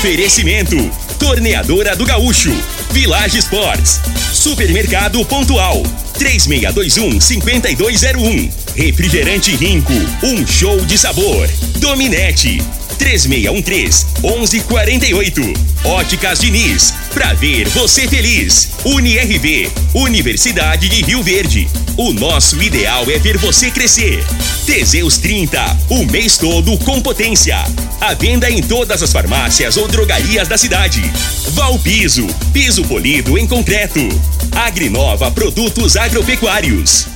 Oferecimento: Torneadora do Gaúcho, Village Sports, Supermercado Pontual, 3621-5201. Refrigerante Rinco, um show de sabor. Dominete, 3613-1148. Óticas Diniz, pra ver você feliz. UniRV, Universidade de Rio Verde. O nosso ideal é ver você crescer. Teseus 30, o mês todo com potência. À venda em todas as farmácias ou drogarias da cidade. Valpiso, piso polido em concreto. Agrinova Produtos Agropecuários.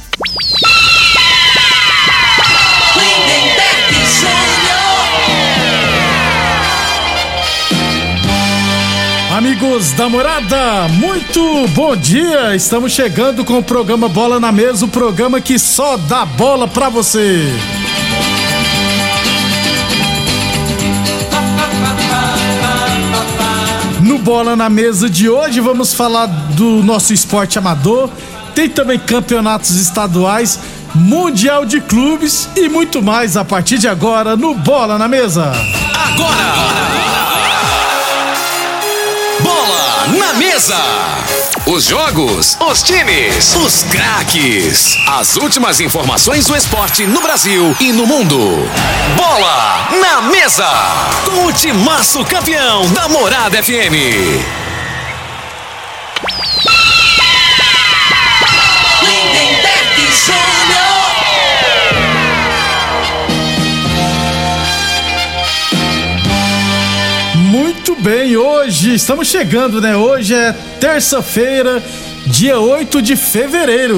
Amigos da Morada, muito bom dia! Estamos chegando com o programa Bola na Mesa, o programa que só dá bola pra você. No Bola na Mesa de hoje vamos falar do nosso esporte amador, tem também campeonatos estaduais, Mundial de Clubes e muito mais a partir de agora no Bola na Mesa. Bola na Mesa. Os jogos, os times, os craques. As últimas informações do esporte no Brasil e no mundo. Bola na Mesa. Com o timaço campeão da Morada FM. Lindenberg Júnior. Muito bem, hoje estamos chegando, né? Hoje é terça-feira, dia 8 de fevereiro.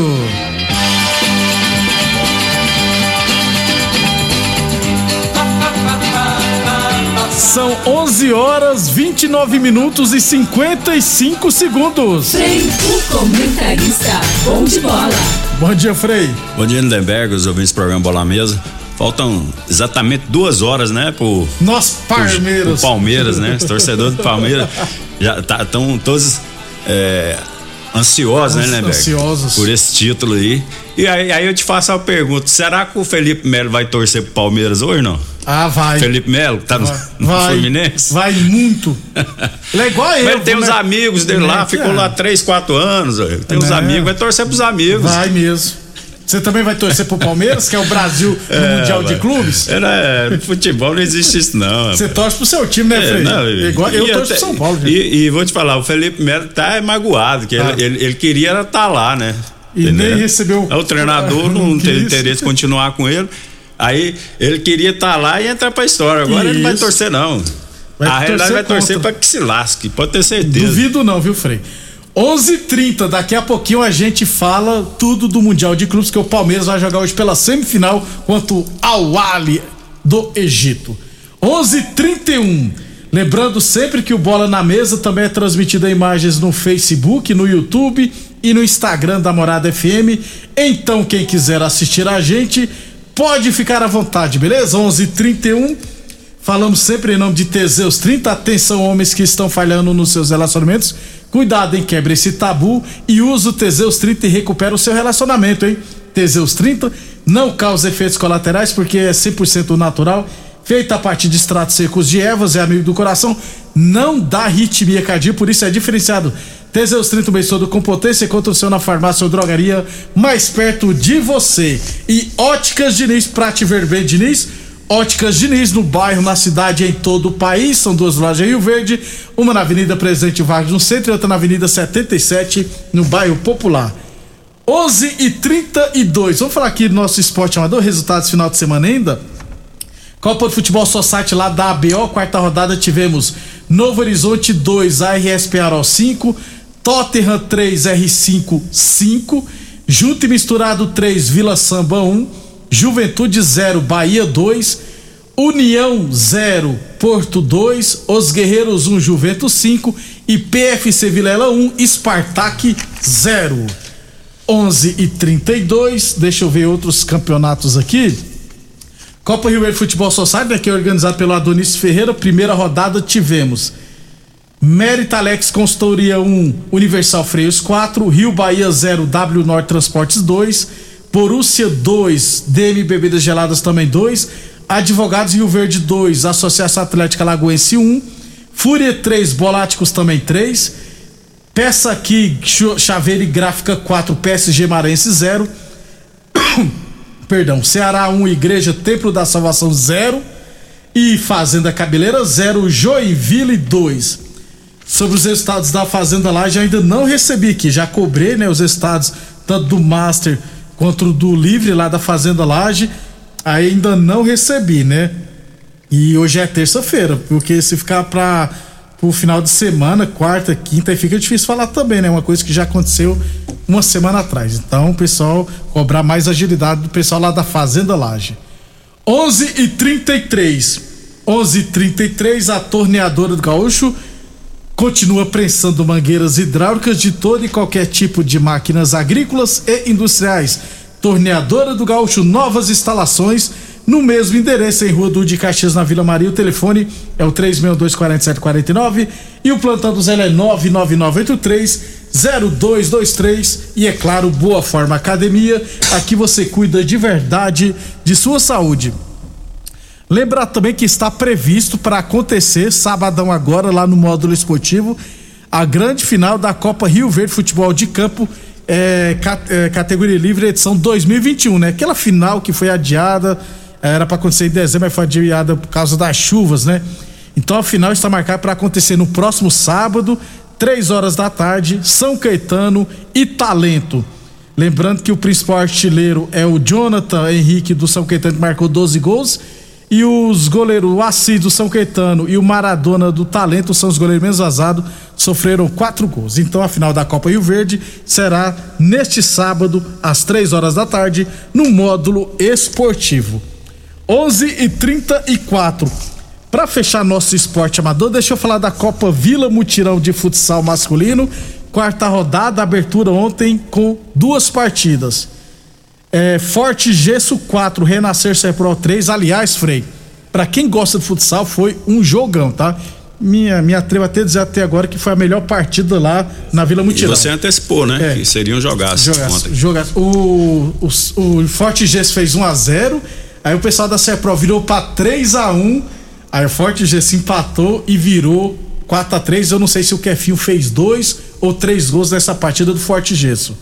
São 11 horas, 29 minutos e 55 segundos. Frei, o comentarista, bom de bola. Bom dia, Frei. Bom dia, Lindenberg, os ouvintes do programa Bola na Mesa. Faltam exatamente 2 horas, né, pro Palmeiras, né? Os torcedores do Palmeiras já estão todos ansiosos, né, Lindenberg? Ansiosos. Por esse título aí. E aí eu te faço a pergunta, será que o Felipe Melo vai torcer pro Palmeiras hoje, não? Ah, vai. Felipe Melo, que tá no Fluminense? Vai muito. Ele é igual eu. Mas ele tem os amigos dele lá, ficou lá 3, 4 anos. Tem os amigos, vai torcer pros amigos. Vai mesmo. Você também vai torcer pro Palmeiras, que é o Brasil no Mundial de Clubes? No futebol não existe isso, não. Você torce pro seu time, né, Frei? Eu torço pro São Paulo. E vou te falar, o Felipe Melo tá magoado, que ele queria estar lá, né? E nem recebeu. O treinador não tem interesse de continuar com ele. Aí ele queria estar lá e entrar pra história. Agora ele não vai torcer, não. A realidade vai torcer pra que se lasque, pode ter certeza. Duvido não, viu, Frei? 11h30, daqui a pouquinho a gente fala tudo do Mundial de Clubes, que o Palmeiras vai jogar hoje pela semifinal contra o Al-Ahly do Egito. 11h31. Lembrando sempre que o Bola na Mesa também é transmitido em imagens no Facebook, no YouTube e no Instagram da Morada FM. Então quem quiser assistir a gente pode ficar à vontade, beleza? 11h31. Falamos sempre em nome de Teseus 30. Atenção, homens que estão falhando nos seus relacionamentos. Cuidado, hein? Quebre esse tabu e use o Teseus 30 e recupera o seu relacionamento, hein? Teseus 30 não causa efeitos colaterais porque é 100% natural, feita a partir de extratos secos de ervas, é amigo do coração, não dá arritmia cardíaca, por isso é diferenciado. Teseus 30, o mês todo com potência, encontra o seu na farmácia ou drogaria mais perto de você. E Óticas Diniz, pra te ver bem, Diniz. Óticas Diniz, no bairro, na cidade, em todo o país. São 2 lojas em Rio Verde, uma na Avenida Presidente Vargas, no centro, e outra na Avenida 77, no bairro Popular. 11h32. Vamos falar aqui do nosso esporte amador, resultados final de semana ainda. Copa do Futebol Society lá da ABO, quarta rodada, tivemos Novo Horizonte 2, ARS Penharol 5, Tottenham 3, R5 5, Junto e Misturado 3, Vila Samba 1, Juventude 0, Bahia 2, União 0, Porto 2, Os Guerreiros 1, Juventus 5 e PFC Vilela 1, Spartak 0. 11h32, deixa eu ver outros campeonatos aqui. Copa Rio Verde Futebol Society, que é organizado pelo Adonis Ferreira. Primeira rodada tivemos Mérita Alex Consultoria 1, Universal Freios 4, Rio Bahia 0, W Norte Transportes 2, Borussia 2, DM Bebidas Geladas também 2, Advogados Rio Verde 2, Associação Atlética Lagoense 1, Fúria 3, Boláticos também 3. Peça aqui, Chaveiro e Gráfica 4, PSG Marense 0. Perdão, Ceará 1, Igreja Templo da Salvação 0. E Fazenda Cabeleira 0, Joinville 2. Sobre os resultados da Fazenda Laje, ainda não recebi aqui, já cobrei, né, os resultados tanto do Master quanto do Livre lá da Fazenda Laje, ainda não recebi, né? E hoje é terça-feira, porque se ficar pro final de semana, quarta, quinta, aí fica difícil falar também, né? Uma coisa que já aconteceu uma semana atrás. Então, o pessoal cobrar mais agilidade do pessoal lá da Fazenda Laje. 11h33, a Torneadora do Gaúcho continua prensando mangueiras hidráulicas de todo e qualquer tipo de máquinas agrícolas e industriais. Torneadora do Gaúcho, novas instalações no mesmo endereço, em Rua do de Caxias, na Vila Maria. O telefone é o 362-4749 e o plantão do Zé é 99983-0223. E é claro, Boa Forma Academia, aqui você cuida de verdade de sua saúde. Lembrar também que está previsto para acontecer sabadão agora lá no módulo esportivo a grande final da Copa Rio Verde Futebol de Campo, categoria livre, edição 2021, né? Aquela final que foi adiada, era para acontecer em dezembro, mas foi adiada por causa das chuvas, né? Então a final está marcada para acontecer no próximo sábado, 3h da tarde, São Caetano e Talento. Lembrando que o principal artilheiro é o Jonathan Henrique do São Caetano, que marcou 12 gols. E os goleiros, o Assis do São Caetano e o Maradona do Talento, são os goleiros menos vazados, sofreram 4 gols. Então a final da Copa Rio Verde será neste sábado, às 3h da tarde, no módulo esportivo. 11h34. Para fechar nosso esporte amador, deixa eu falar da Copa Vila Mutirão de Futsal Masculino. Quarta rodada, abertura ontem com 2 partidas. Forte Gesso 4, Renascer Serpro 3. Aliás, Frei, pra quem gosta de futsal, foi um jogão, tá? Me atrevo até a dizer até agora que foi a melhor partida lá na Vila Mutirão. E você antecipou, né? Que seria um jogaço ontem. O Forte Gesso fez 1-0, aí o pessoal da Serpro virou pra 3-1, aí o Forte Gesso empatou e virou 4-3. Eu não sei se o Kefinho fez 2 ou 3 gols nessa partida do Forte Gesso.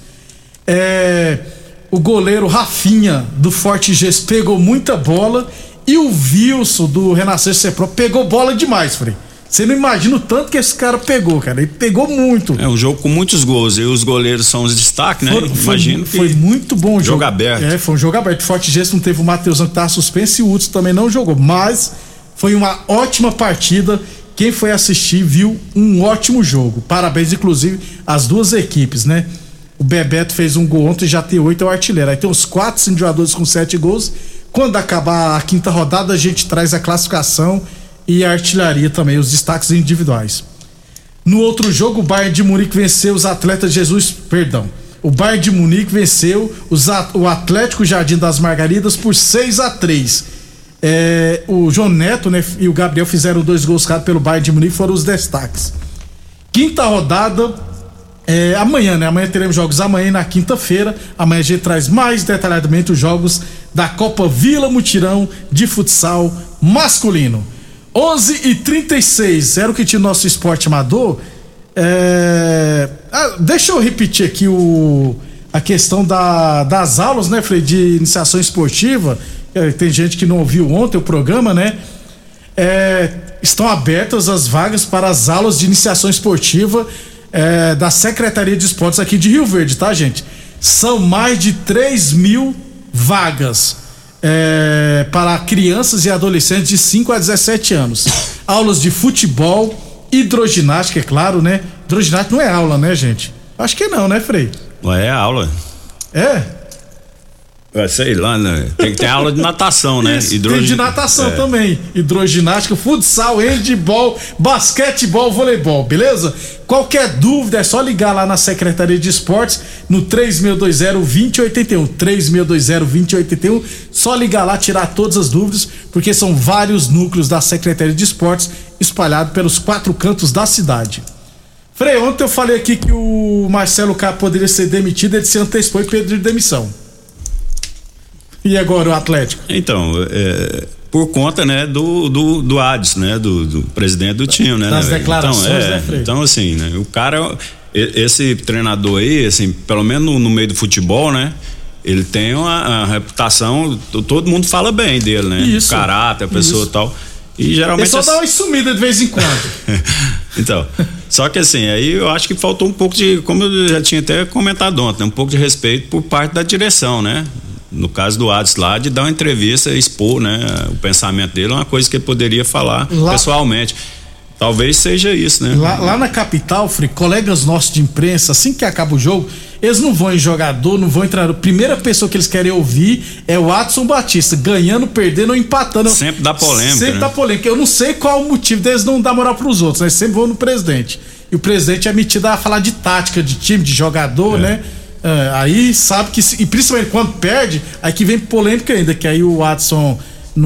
O goleiro Rafinha do Forte Gesso pegou muita bola e o Wilson do Renascer Serpro pegou bola demais, Frei. Você não imagina o tanto que esse cara pegou, cara. Ele pegou muito. É um jogo com muitos gols e os goleiros são os destaques, né? Imagino que foi muito bom o jogo. Jogo aberto. Foi um jogo aberto. O Forte Gesso não teve o Mateusão que tava suspenso e o Hudson também não jogou. Mas foi uma ótima partida. Quem foi assistir viu um ótimo jogo. Parabéns, inclusive, às duas equipes, né? O Bebeto fez um gol ontem e já tem 8, é o artilheiro. Aí tem os 4 cindiadores com 7 gols. Quando acabar a quinta rodada, a gente traz a classificação e a artilharia também, os destaques individuais. No outro jogo, o Bayern de Munique venceu os Atletas Jesus. Perdão. O Bayern de Munique venceu o Atlético Jardim das Margaridas por 6-3. O João Neto, né, e o Gabriel fizeram 2 gols cada pelo Bayern de Munique, foram os destaques. Quinta rodada. Amanhã, né? Amanhã teremos jogos amanhã na quinta-feira. Amanhã a gente traz mais detalhadamente os jogos da Copa Vila Mutirão de futsal masculino. 11h36, era o que tinha o nosso esporte amador. Deixa eu repetir aqui a questão das aulas, né, Frei, de iniciação esportiva. Tem gente que não ouviu ontem o programa, né? Estão abertas as vagas para as aulas de iniciação esportiva da Secretaria de Esportes aqui de Rio Verde, tá, gente? São mais de 3.000 vagas para crianças e adolescentes de 5 a 17 anos. Aulas de futebol, hidroginástica, é claro, né? Hidroginástica não é aula, né, gente? Acho que não, né, Frei? Não é aula. Sei lá, né? Tem que ter aula de natação, né? Tem de natação também. Hidroginástica, futsal, handball, basquetebol, voleibol, beleza? Qualquer dúvida é só ligar lá na Secretaria de Esportes no 3620-2081. 3620-2081. Só ligar lá, tirar todas as dúvidas, porque são vários núcleos da Secretaria de Esportes espalhados pelos 4 cantos da cidade. Frei, ontem eu falei aqui que o Marcelo Cabo poderia ser demitido, ele se antecipou e pediu demissão. E agora o Atlético? Então, por conta, né, do Adson, né, do presidente do time, né? Das declarações, né, Frei? Então, assim, né, o cara, esse treinador aí, assim, pelo menos no meio do futebol, né, ele tem uma reputação, todo mundo fala bem dele, né? Isso. O caráter, a pessoa e tal. E geralmente ele só dá uma sumida de vez em quando. Então, só que assim, aí eu acho que faltou um pouco de, como eu já tinha até comentado ontem, um pouco de respeito por parte da direção, né? No caso do Adson lá, de dar uma entrevista, expor, né, o pensamento dele, uma coisa que ele poderia falar pessoalmente. Talvez seja isso, né? Lá na capital, Frei, colegas nossos de imprensa, assim que acaba o jogo, eles não vão em jogador, não vão entrar. A primeira pessoa que eles querem ouvir é o Adson Batista, ganhando, perdendo ou empatando. Sempre dá polêmica. Sempre dá polêmica. Eu não sei qual o motivo deles não dar moral pros outros, né? Sempre vão no presidente. E o presidente é metido a falar de tática, de time, de jogador, né? Aí sabe que, e principalmente quando perde, aí que vem polêmica ainda, que aí o Adson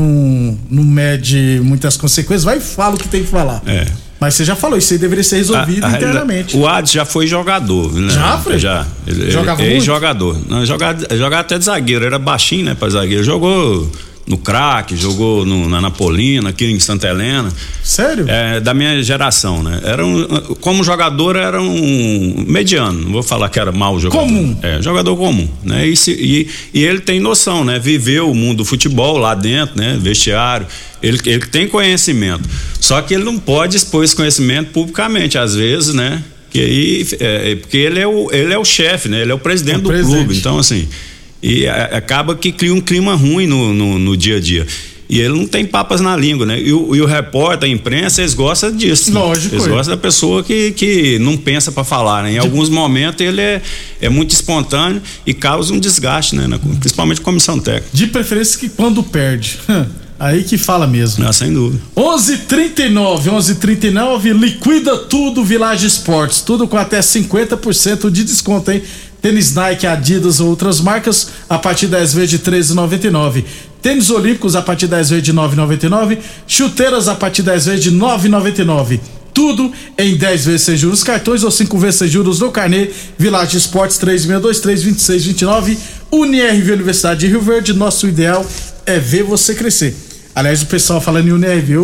não mede muitas consequências, vai e fala o que tem que falar. Mas você já falou, isso aí deveria ser resolvido internamente. O Adson já foi jogador, né? Já, Frei? Já. Jogava muito? Ex-jogador. Jogava até de zagueiro, era baixinho, né, pra zagueiro. Jogou no Craque, jogou na Napolina, aqui em Santa Helena. Sério? Da minha geração, né? Como jogador era um mediano, não vou falar que era mau jogador. Comum. Jogador comum, né? E ele tem noção, né? Viveu o mundo do futebol lá dentro, né? Vestiário, ele tem conhecimento, só que ele não pode expor esse conhecimento publicamente, às vezes, né? Que aí, porque ele é o chefe, né? Ele é o presidente do clube, então assim, e acaba que cria um clima ruim no dia a dia. E ele não tem papas na língua, né? E o repórter, a imprensa, eles gostam disso. Lógico. Eles gostam da pessoa que não pensa pra falar, né? Em alguns momentos ele é muito espontâneo e causa um desgaste, né? Principalmente comissão técnica. De preferência que quando perde. Aí que fala mesmo. Sem dúvida. 11:39, liquida tudo Village Esportes, tudo com até 50% de desconto, hein? Tênis Nike, Adidas ou outras marcas a partir 10 vezes de R$13,99. Tênis Olímpicos a partir 10 vezes de R$9,99. Chuteiras a partir 10 vezes de R$9,99. Tudo em 10 vezes sem juros cartões ou 5 vezes sem juros no carnê. Village Esportes 3623-2629. UniRV Universidade de Rio Verde. Nosso ideal é ver você crescer. Aliás, o pessoal falando em UniRV,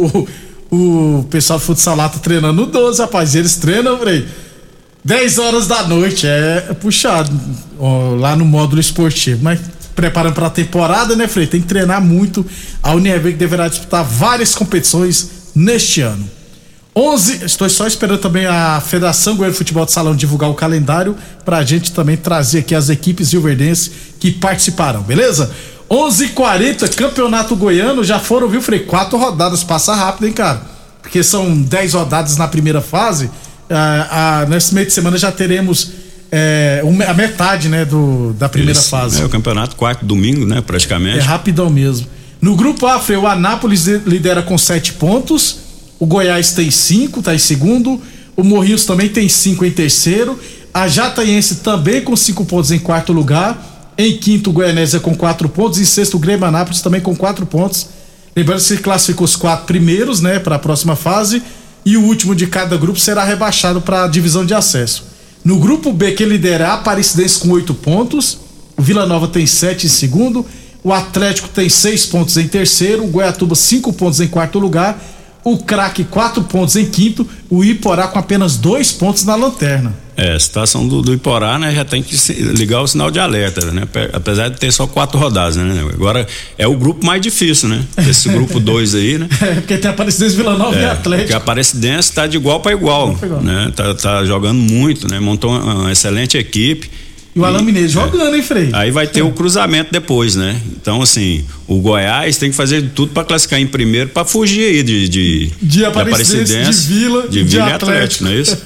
o pessoal do futsal lá tá treinando no 12, rapaz. Eles treinam, Frei, 10 horas da noite, é puxado lá no módulo esportivo, mas preparando para a temporada, né, Frei? Tem que treinar muito. A UniRV que deverá disputar várias competições neste ano. Estou só esperando também a Federação Goiana de Futebol de Salão divulgar o calendário pra gente também trazer aqui as equipes rioverdenses que participarão, beleza? 11:40, Campeonato Goiano, já foram, viu, Frei? 4 rodadas, passa rápido, hein, cara? Porque são 10 rodadas na primeira fase. Nesse meio de semana já teremos a metade, né, da primeira fase. O campeonato quarto domingo, né, praticamente. É rapidão mesmo. No grupo A, Frei, o Anápolis lidera com 7 pontos, o Goiás tem 5, tá em segundo, o Morrinhos também tem 5 em terceiro, a Jataiense também com 5 pontos em quarto lugar, em quinto o Goianésia com 4 pontos, em sexto o Grêmio Anápolis também com 4 pontos. Lembrando que se classificou os 4 primeiros, né, para a próxima fase. E o último de cada grupo será rebaixado para a divisão de acesso. No grupo B, que lidera a Aparecidense com 8 pontos, o Vila Nova tem 7 em segundo, o Atlético tem 6 pontos em terceiro, o Goiatuba 5 pontos em quarto lugar, o Craque 4 pontos em quinto, o Iporá com apenas 2 pontos na lanterna. A situação do Iporá, né, já tem que ligar o sinal de alerta, né? Apesar de ter só 4 rodadas, né? Agora é o grupo mais difícil, né? Esse grupo 2 aí, né? Porque tem Aparecidense, Vila Nova e Atlético. Porque a Aparecidense tá de igual para igual, né? Tá jogando muito, né? Montou uma excelente equipe. E o Alain Mineiro jogando, hein, Frei? Aí vai ter o cruzamento depois, né? Então, assim, o Goiás tem que fazer tudo para classificar em primeiro para fugir aí de Aparecidense, de Vila e Atlético, não é isso?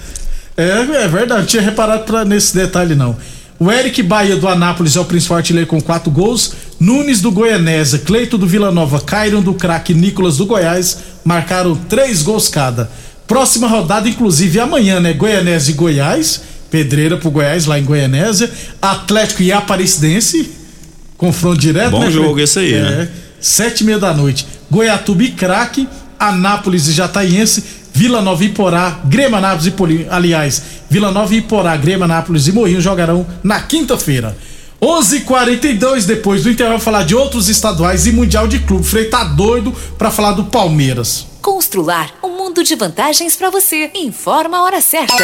É verdade, não tinha reparado nesse detalhe, não. O Eric Bahia do Anápolis é o principal artilheiro com 4 gols. Nunes do Goianésia, Cleito do Vila Nova, Cairon do Craque, Nicolas do Goiás marcaram 3 gols cada. Próxima rodada, inclusive amanhã, né? Goianésia e Goiás, pedreira pro Goiás lá em Goianésia, Atlético e Aparecidense, confronto direto. Bom, né, jogo esse aí, né? 7:30 da noite. Goiatuba e Craque, Anápolis e Jataiense, Vila Nova e Iporá, Grêmio Anápolis e Vila Nova e Iporá, Grêmio Anápolis e Morrinhos jogarão na quinta-feira. 11h42, depois do intervalo, falar de outros estaduais e Mundial de Clube. Frei tá doido pra falar do Palmeiras. Constrular um mundo de vantagens pra você. Informa a hora certa.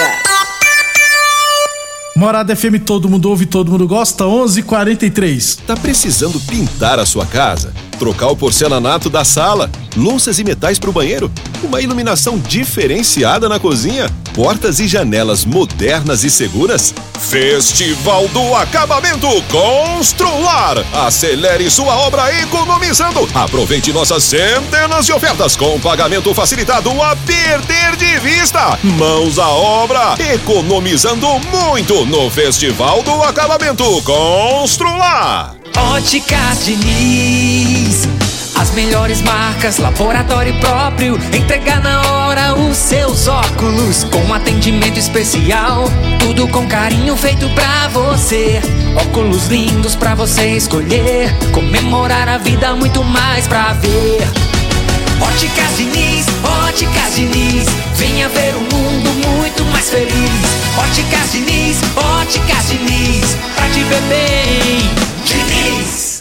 Morada FM, todo mundo ouve, todo mundo gosta, 11h43. Tá precisando pintar a sua casa? Trocar o porcelanato da sala? Louças e metais pro banheiro? Uma iluminação diferenciada na cozinha? Portas e janelas modernas e seguras? Festival do Acabamento Constrular! Acelere sua obra economizando! Aproveite nossas centenas de ofertas com pagamento facilitado a perder de vista! Mãos à obra, economizando muito no Festival do Acabamento Constrular! Óticas Diniz, as melhores marcas, laboratório próprio, entregar na hora os seus óculos, com atendimento especial, tudo com carinho feito pra você. Óculos lindos pra você escolher, comemorar a vida, muito mais pra ver. Óticas Diniz, Óticas Diniz, venha ver um mundo muito mais feliz. Óticas Diniz, Óticas Diniz, pra te ver bem. Diniz.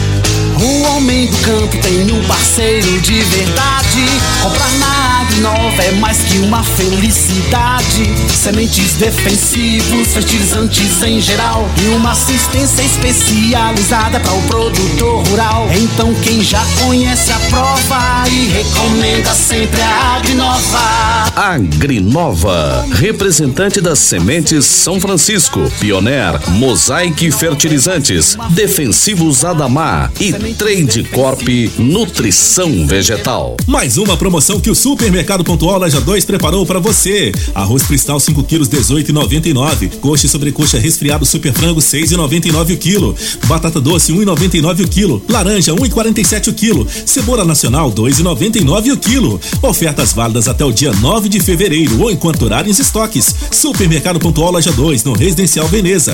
O homem do campo tem um parceiro de verdade. Comprar na Agrinova é mais que uma felicidade. Sementes defensivos, fertilizantes em geral e uma assistência especializada para o produtor rural. Então quem já conhece a prova e recomenda sempre a Agrinova. Agrinova, representante das sementes São Francisco, Pioneer, Mosaic Fertilizantes, Defensivos Adamar e Trade Corp Nutrição Vegetal. Mais uma promoção que o Supermercado Pontual Loja 2 preparou para você. Arroz cristal 5 quilos 18,99. Coxa e sobrecoxa resfriado super frango 6,99 o quilo. Batata doce 1,99 o quilo. Laranja 1,47 o quilo. Cebola nacional 2,99 o quilo. Ofertas válidas até o dia 9 de fevereiro ou enquanto durarem os estoques. Supermercado Pontual Loja 2 no Residencial Veneza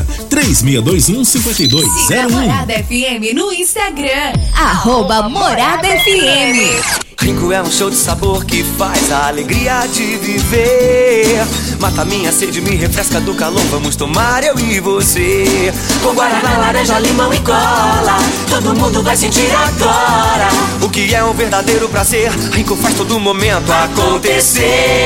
3621-5201. Siga Morada FM no Instagram, @Morada FM. Rinco é um show de sabor que faz a alegria de viver. Mata minha sede, me refresca do calor. Vamos tomar eu e você. Com guaraná, laranja, limão e cola, todo mundo vai sentir agora o que é um verdadeiro prazer. Rinco faz todo momento acontecer.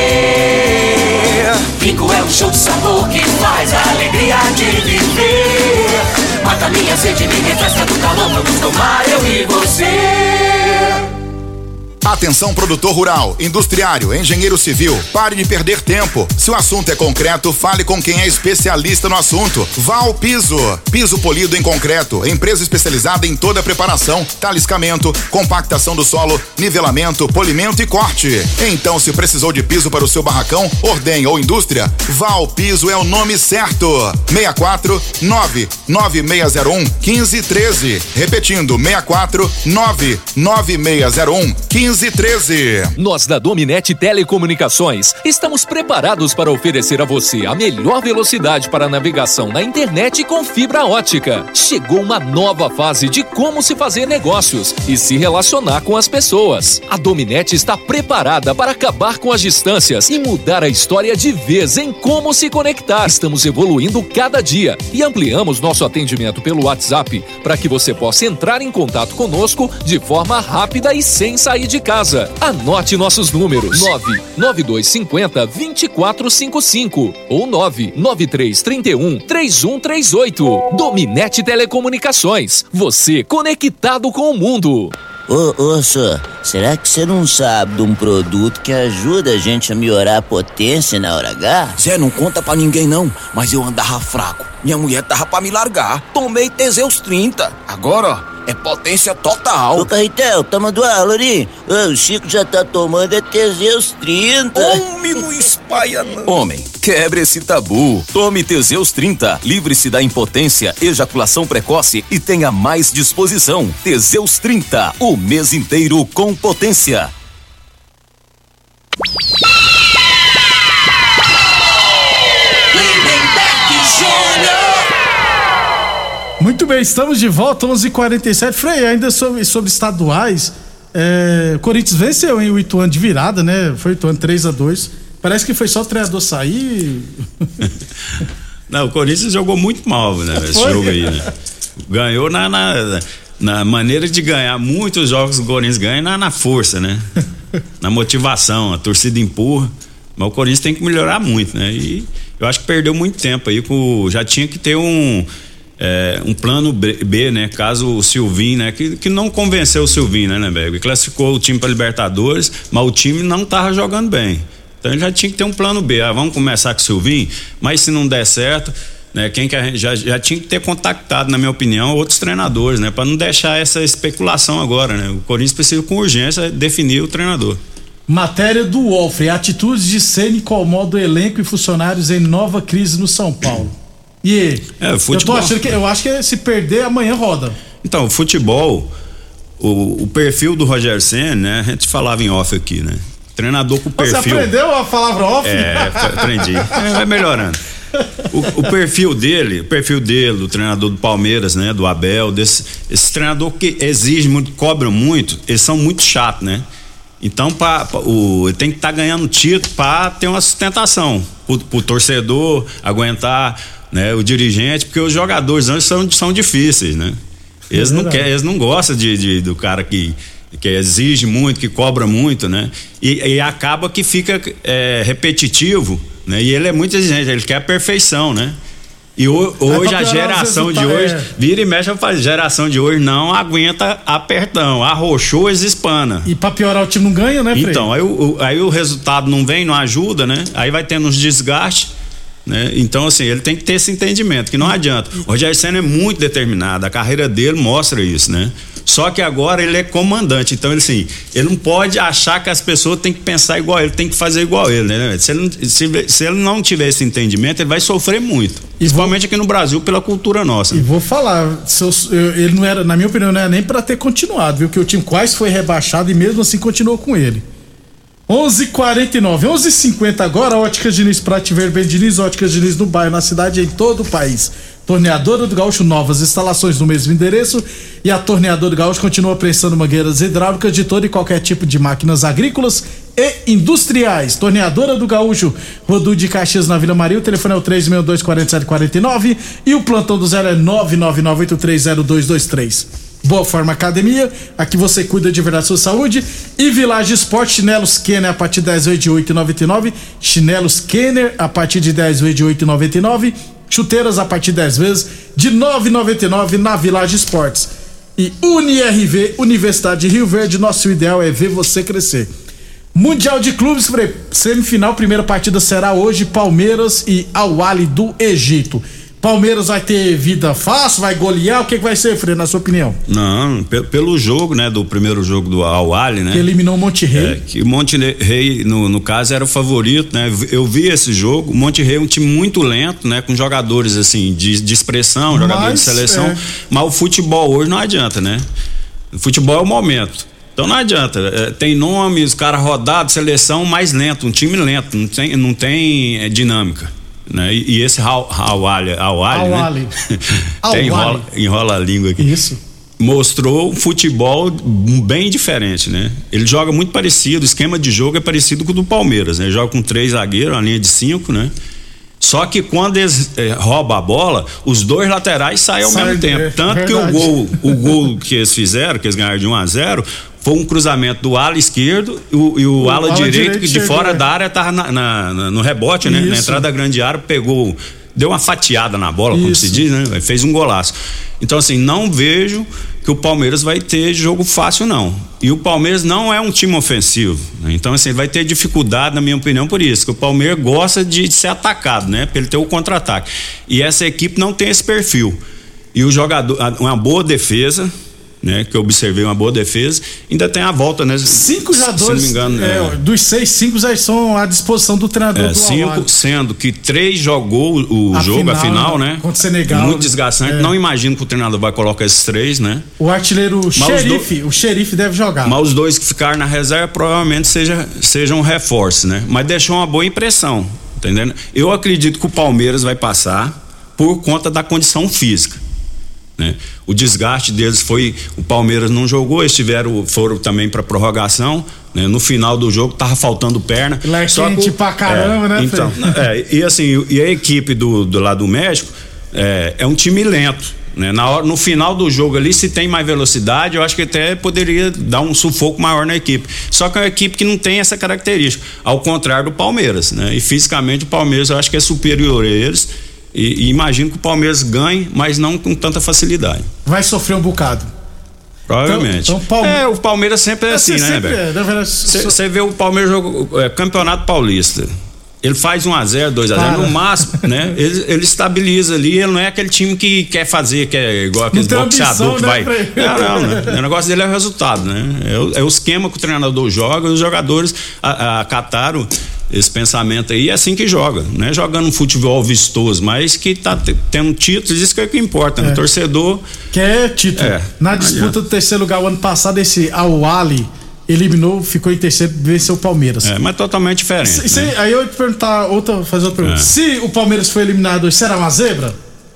Rinco é um show de sabor que faz a alegria de viver. Mata minha sede, me refresca do calor. Vamos tomar eu e você. Atenção, produtor rural, industriário, engenheiro civil, pare de perder tempo. Se o assunto é concreto, fale com quem é especialista no assunto. Val Piso, piso polido em concreto, empresa especializada em toda a preparação, taliscamento, compactação do solo, nivelamento, polimento e corte. Então, se precisou de piso para o seu barracão, ordem ou indústria, Val Piso é o nome certo. 649-9601-1513. Repetindo, 649-9601-1513. Nós da Dominete Telecomunicações estamos preparados para oferecer a você a melhor velocidade para navegação na internet com fibra ótica. Chegou uma nova fase de como se fazer negócios e se relacionar com as pessoas. A Dominete está preparada para acabar com as distâncias e mudar a história de vez em como se conectar. Estamos evoluindo cada dia e ampliamos nosso atendimento pelo WhatsApp para que você possa entrar em contato conosco de forma rápida e sem sair de casa. Anote nossos números: 99250-2455 ou 99331-3138. Dominete Telecomunicações. Você conectado com o mundo. Ô, senhor, será que você não sabe de um produto que ajuda a gente a melhorar a potência na hora H? Zé, não conta pra ninguém não, mas eu andava fraco. Minha mulher tava pra me largar. Tomei Teseus 30. Agora, ó, é potência total. Ô, Carretel, tá mandando aula ali? O Chico já tá tomando Teseus 30. Homem, não espalha não. Homem, quebre esse tabu. Tome Teseus 30. Livre-se da impotência, ejaculação precoce e tenha mais disposição. Teseus 30. O mês inteiro com potência. Muito bem, estamos de volta, 11h47. Frei, ainda sobre estaduais, o Corinthians venceu, hein, o Ituano de virada, né? Foi o Ituano 3-2. Parece que foi só o treinador sair Não, o Corinthians jogou muito mal, né? Esse jogo aí, né? Ganhou na maneira de ganhar. Muitos jogos o Corinthians ganha na força, né? Na motivação, a torcida empurra. Mas o Corinthians tem que melhorar muito, né? E eu acho que perdeu muito tempo aí. Já tinha que ter um plano B, né? Caso o Silvinho, né? Que não convenceu o Silvinho, né, Bego? Classificou o time para Libertadores, mas o time não tava jogando bem. Então ele já tinha que ter um plano B. Vamos começar com o Silvinho, mas se não der certo, né? Já tinha que ter contactado, na minha opinião, outros treinadores, né? Para não deixar essa especulação agora, né? O Corinthians precisa com urgência definir o treinador. Matéria do Wolfrey: atitudes de Ceni incomodam o elenco e funcionários em nova crise no São Paulo. E futebol. eu acho que se perder amanhã roda. Então, o futebol, o perfil do Rogério Ceni, né? A gente falava em off aqui, né? Treinador com perfil. Você aprendeu a palavra off? Aprendi. Vai melhorando. O perfil dele, do treinador do Palmeiras, né? Do Abel, esse treinador que exige muito, cobra muito, eles são muito chatos, né? Então, ele tem que estar ganhando título para ter uma sustentação pro torcedor aguentar, né? O dirigente, porque os jogadores antes são difíceis, né? Eles não gostam do cara que exige muito, que cobra muito, né? E acaba que fica repetitivo, né? E ele é muito exigente, ele quer a perfeição, né? E hoje a geração de hoje, vira e mexe, a geração de hoje não aguenta apertão, arrochou, eles espana. E pra piorar o time não ganha, né, Frei? Então, aí o resultado não vem, não ajuda, né? Aí vai tendo uns desgastes, né? Então, assim, ele tem que ter esse entendimento, que não adianta. O Rogério Ceni é muito determinado, a carreira dele mostra isso, né? Só que agora ele é comandante, então ele não pode achar que as pessoas têm que pensar igual ele, tem que fazer igual ele, né? Se ele não tiver esse entendimento, ele vai sofrer muito, principalmente aqui no Brasil, pela cultura nossa. E vou falar, ele não era, na minha opinião, não era nem pra ter continuado, viu? Que o time quase foi rebaixado e mesmo assim continuou com ele. 11:49, 11:50 agora. Óticas Diniz, Prate Verben Diniz, Óticas Diniz no bairro, na cidade e em todo o país. Torneadora do Gaúcho, novas instalações no mesmo endereço. E a Torneadora do Gaúcho continua prestando mangueiras hidráulicas de todo e qualquer tipo de máquinas agrícolas e industriais. Torneadora do Gaúcho, Rodul de Caxias, na Vila Maria. O telefone é o 362-4749 e o plantão do 0 é 999830223. Boa Forma Academia, aqui você cuida de verdade da sua saúde. E Village Esporte, chinelos Kenner a partir de 10 vezes de 8,99. Chinelos Kenner a partir de 10 vezes de 8,99. Chuteiras a partir de 10 vezes de 9,99 na Village Esportes. E UniRV, Universidade de Rio Verde, nosso ideal é ver você crescer. Mundial de Clubes, semifinal, primeira partida será hoje, Palmeiras e Al-Ahly do Egito. Palmeiras vai ter vida fácil, vai golear, o que vai ser, Frei, na sua opinião? Não, pelo jogo, né, do primeiro jogo do Al-Ahly, né? Que eliminou o Monterrey. Que o Monterrey, no caso, era o favorito, né? Eu vi esse jogo, o Monterrey é um time muito lento, né? Com jogadores, assim, de expressão, jogadores de seleção, mas o futebol hoje não adianta, né? O futebol é o momento. Então não adianta, tem nome, os caras rodados, seleção mais lento, um time lento, não tem dinâmica. Né? E esse Al-Ahly, né? enrola a língua aqui. Isso. Mostrou um futebol bem diferente, né? Ele joga muito parecido, o esquema de jogo é parecido com o do Palmeiras, né? Ele joga com 3 zagueiros, uma linha de 5, né? Só que quando eles roubam a bola, os dois laterais saem ao mesmo tempo. Tanto que o gol que eles fizeram, que eles ganharam de 1-0, foi um cruzamento do ala esquerdo e o ala direito que de fora da área tava no rebote, né? Na entrada da grande área, deu uma fatiada na bola, como se diz, né? Fez um golaço. Então, assim, não vejo que o Palmeiras vai ter jogo fácil, não. E o Palmeiras não é um time ofensivo, né? Então, assim, ele vai ter dificuldade, na minha opinião, por isso, que o Palmeiras gosta de ser atacado, né? Pra ele ter o contra-ataque. E essa equipe não tem esse perfil. E o jogador, uma boa defesa, né, que eu observei, uma boa defesa, ainda tem a volta, né? 5 jogadores, se não me engano, dos 6, 5 já estão à disposição do treinador do 5, sendo que 3 jogou a final, né? Contra o Senegal. Muito desgastante, não imagino que o treinador vai colocar esses 3, né? O artilheiro o Xerife deve jogar. Mas os 2 que ficaram na reserva provavelmente sejam um reforço, né? Mas deixou uma boa impressão, entendendo? Eu acredito que o Palmeiras vai passar por conta da condição física, né? O desgaste deles foi, o Palmeiras não jogou, foram também para prorrogação, né? No final do jogo tava faltando perna. Lá é quente pra caramba, né? Então, e assim, e a equipe do lado do México é um time lento, né? No final do jogo ali, se tem mais velocidade, eu acho que até poderia dar um sufoco maior na equipe. Só que é uma equipe que não tem essa característica, ao contrário do Palmeiras, né? E fisicamente o Palmeiras eu acho que é superior a eles e imagino que o Palmeiras ganhe, mas não com tanta facilidade. Vai sofrer um bocado. Provavelmente. O Palmeiras sempre é assim, né, Beto? Você vê o Palmeiras Campeonato Paulista. Ele faz 1-0, 2-0, no máximo, né? Ele estabiliza ali, ele não é aquele time que quer fazer, que é igual aquele boxeador que vai. Não, né? O negócio dele é o resultado, né? É o esquema que o treinador joga, os jogadores acataram esse pensamento aí, é assim que joga, né? Jogando um futebol vistoso, mas que tá tendo títulos, isso que é o que importa, né? O torcedor quer título. Na disputa do terceiro lugar o ano passado, esse Al-Ahly eliminou, ficou em terceiro, venceu o Palmeiras. Mas totalmente diferente. Né? Aí eu ia te perguntar, fazer outra pergunta. Se o Palmeiras foi eliminado hoje, será uma zebra?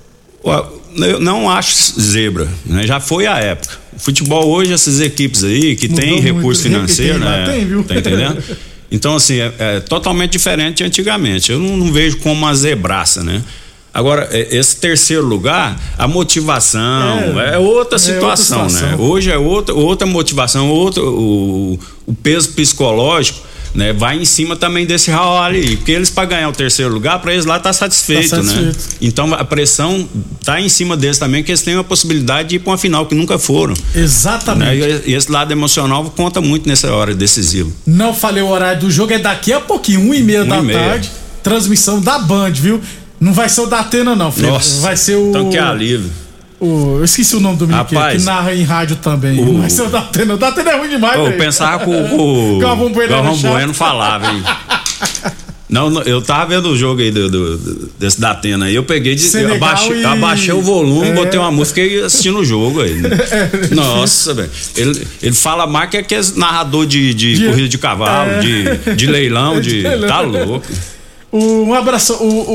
Eu não acho zebra, né? Já foi a época. O futebol hoje, essas equipes aí que tem recurso financeiro, né? Tem, viu? Tá entendendo? Então, assim, é totalmente diferente de antigamente. Eu não vejo como uma zebraça, né? Agora, esse terceiro lugar, a motivação é outra situação, outra situação, né? Hoje é outra motivação, o peso psicológico, né? Vai em cima também desse Al-Ahly aí, porque eles para ganhar o terceiro lugar, para eles lá tá satisfeito, né? Então a pressão tá em cima deles também, que eles têm a possibilidade de ir para uma final que nunca foram. Exatamente. Né? E esse lado emocional conta muito nessa hora decisiva. Não falei o horário do jogo, é daqui a pouquinho, 1h30 da tarde, transmissão da Band, viu? Não vai ser o da Atena, não, Felipe. Nossa, vai ser o. Então que alívio. Eu esqueci o nome do menino que narra em rádio também. Não vai ser o da Atena. O da Atena é ruim demais, velho. Eu pensava que o Galvão Bueno falava, hein? Não, eu tava vendo o jogo aí desse da Atena aí. Eu peguei abaixei o volume, botei uma música e fiquei assistindo o jogo aí. Né? Nossa, velho. Ele fala mais que é narrador de corrida de cavalo, de leilão, tá louco. Um abraço.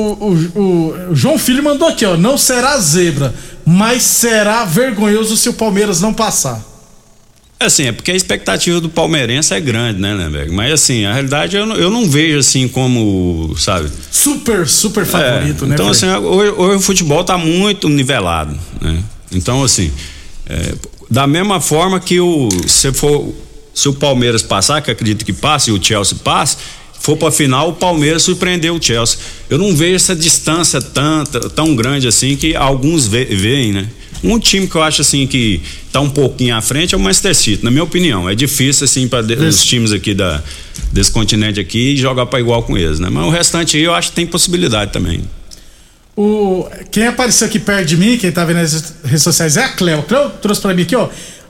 O João Filho mandou aqui, ó. Não será zebra, mas será vergonhoso se o Palmeiras não passar. Assim, é porque a expectativa do palmeirense é grande, né, velho? Mas assim, a realidade eu não vejo assim como, sabe? Super favorito, né? Então, assim, hoje o futebol tá muito nivelado, né? Então, assim, da mesma forma que se o Palmeiras passar, que acredito que passe, e o Chelsea passe, for pra final, o Palmeiras surpreendeu o Chelsea. Eu não vejo essa distância tão grande assim que alguns veem, né? Um time que eu acho assim que tá um pouquinho à frente é o Manchester City, na minha opinião. É difícil assim para os times aqui desse continente aqui jogar para igual com eles, né? Mas o restante aí eu acho que tem possibilidade também. Quem apareceu aqui perto de mim, quem tá vendo nas redes sociais, é a Cleo. Cleo trouxe para mim aqui, ó.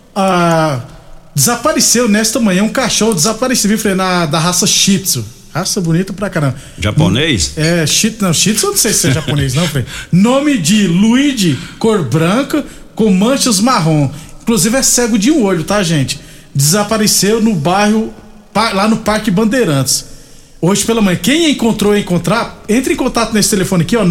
Desapareceu nesta manhã um cachorro desaparecido, viu, da raça Shih Tzu. Raça bonita pra caramba. Japonês? Shih Tzu eu não sei se é japonês, não, Frei. Nome de Luigi, cor branca, com manchas marrom. Inclusive é cego de um olho, tá, gente? Desapareceu no bairro, lá no Parque Bandeirantes. Hoje pela manhã. Quem encontrar, entre em contato nesse telefone aqui, ó,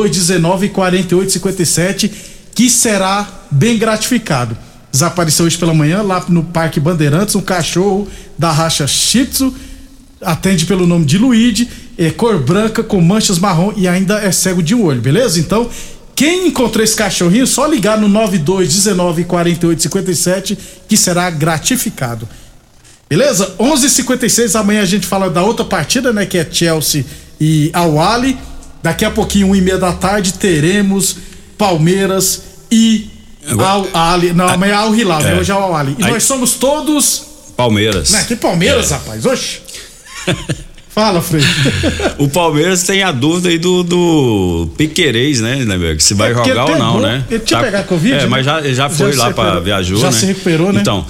9219-4857, que será bem gratificado. Desapareceu hoje pela manhã, lá no Parque Bandeirantes, um cachorro da raça Shih Tzu. Atende pelo nome de Luigi, cor branca com manchas marrom e ainda é cego de um olho, beleza? Então, quem encontrou esse cachorrinho, só ligar no 9219-4857 que será gratificado. Beleza? 11h56, amanhã a gente fala da outra partida, né? Que é Chelsea e Al-Ahly. Daqui a pouquinho, 1h30 da tarde, teremos Palmeiras e Al-Ahly. Não, amanhã é Al-Hilal, né? Hoje é Al-Ahly. E nós somos todos... Palmeiras. Que Palmeiras, rapaz? Oxe. Fala, Frei. O Palmeiras tem a dúvida aí do Piquerez, né, velho? Se vai jogar ou não, né? Ele tinha pegado Covid? Mas já foi lá pra viajou, já né? Se recuperou, né? Então,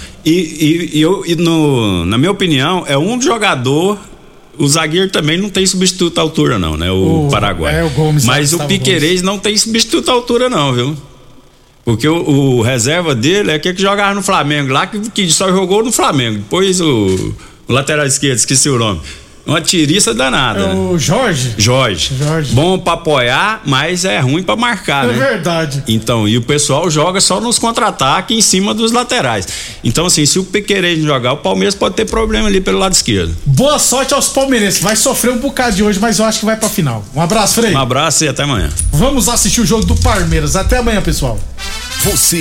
na minha opinião, é um jogador. O zagueiro também não tem substituto à altura, não, né? O Paraguai. O Gomes. Mas o Piquerez não tem substituto à altura, não, viu? Porque o reserva dele é aquele que jogava no Flamengo lá, que só jogou no Flamengo. Depois o lateral esquerdo, esqueci o nome. uma tiriça danada. O Jorge. Bom pra apoiar, mas é ruim pra marcar, né? É verdade. Então, e o pessoal joga só nos contra-ataques em cima dos laterais. Então, assim, se o Piquerez jogar, o Palmeiras pode ter problema ali pelo lado esquerdo. Boa sorte aos palmeirenses. Vai sofrer um bocado de hoje, mas eu acho que vai pra final. Um abraço, Frei. Um abraço e até amanhã. Vamos assistir o jogo do Palmeiras. Até amanhã, pessoal. Você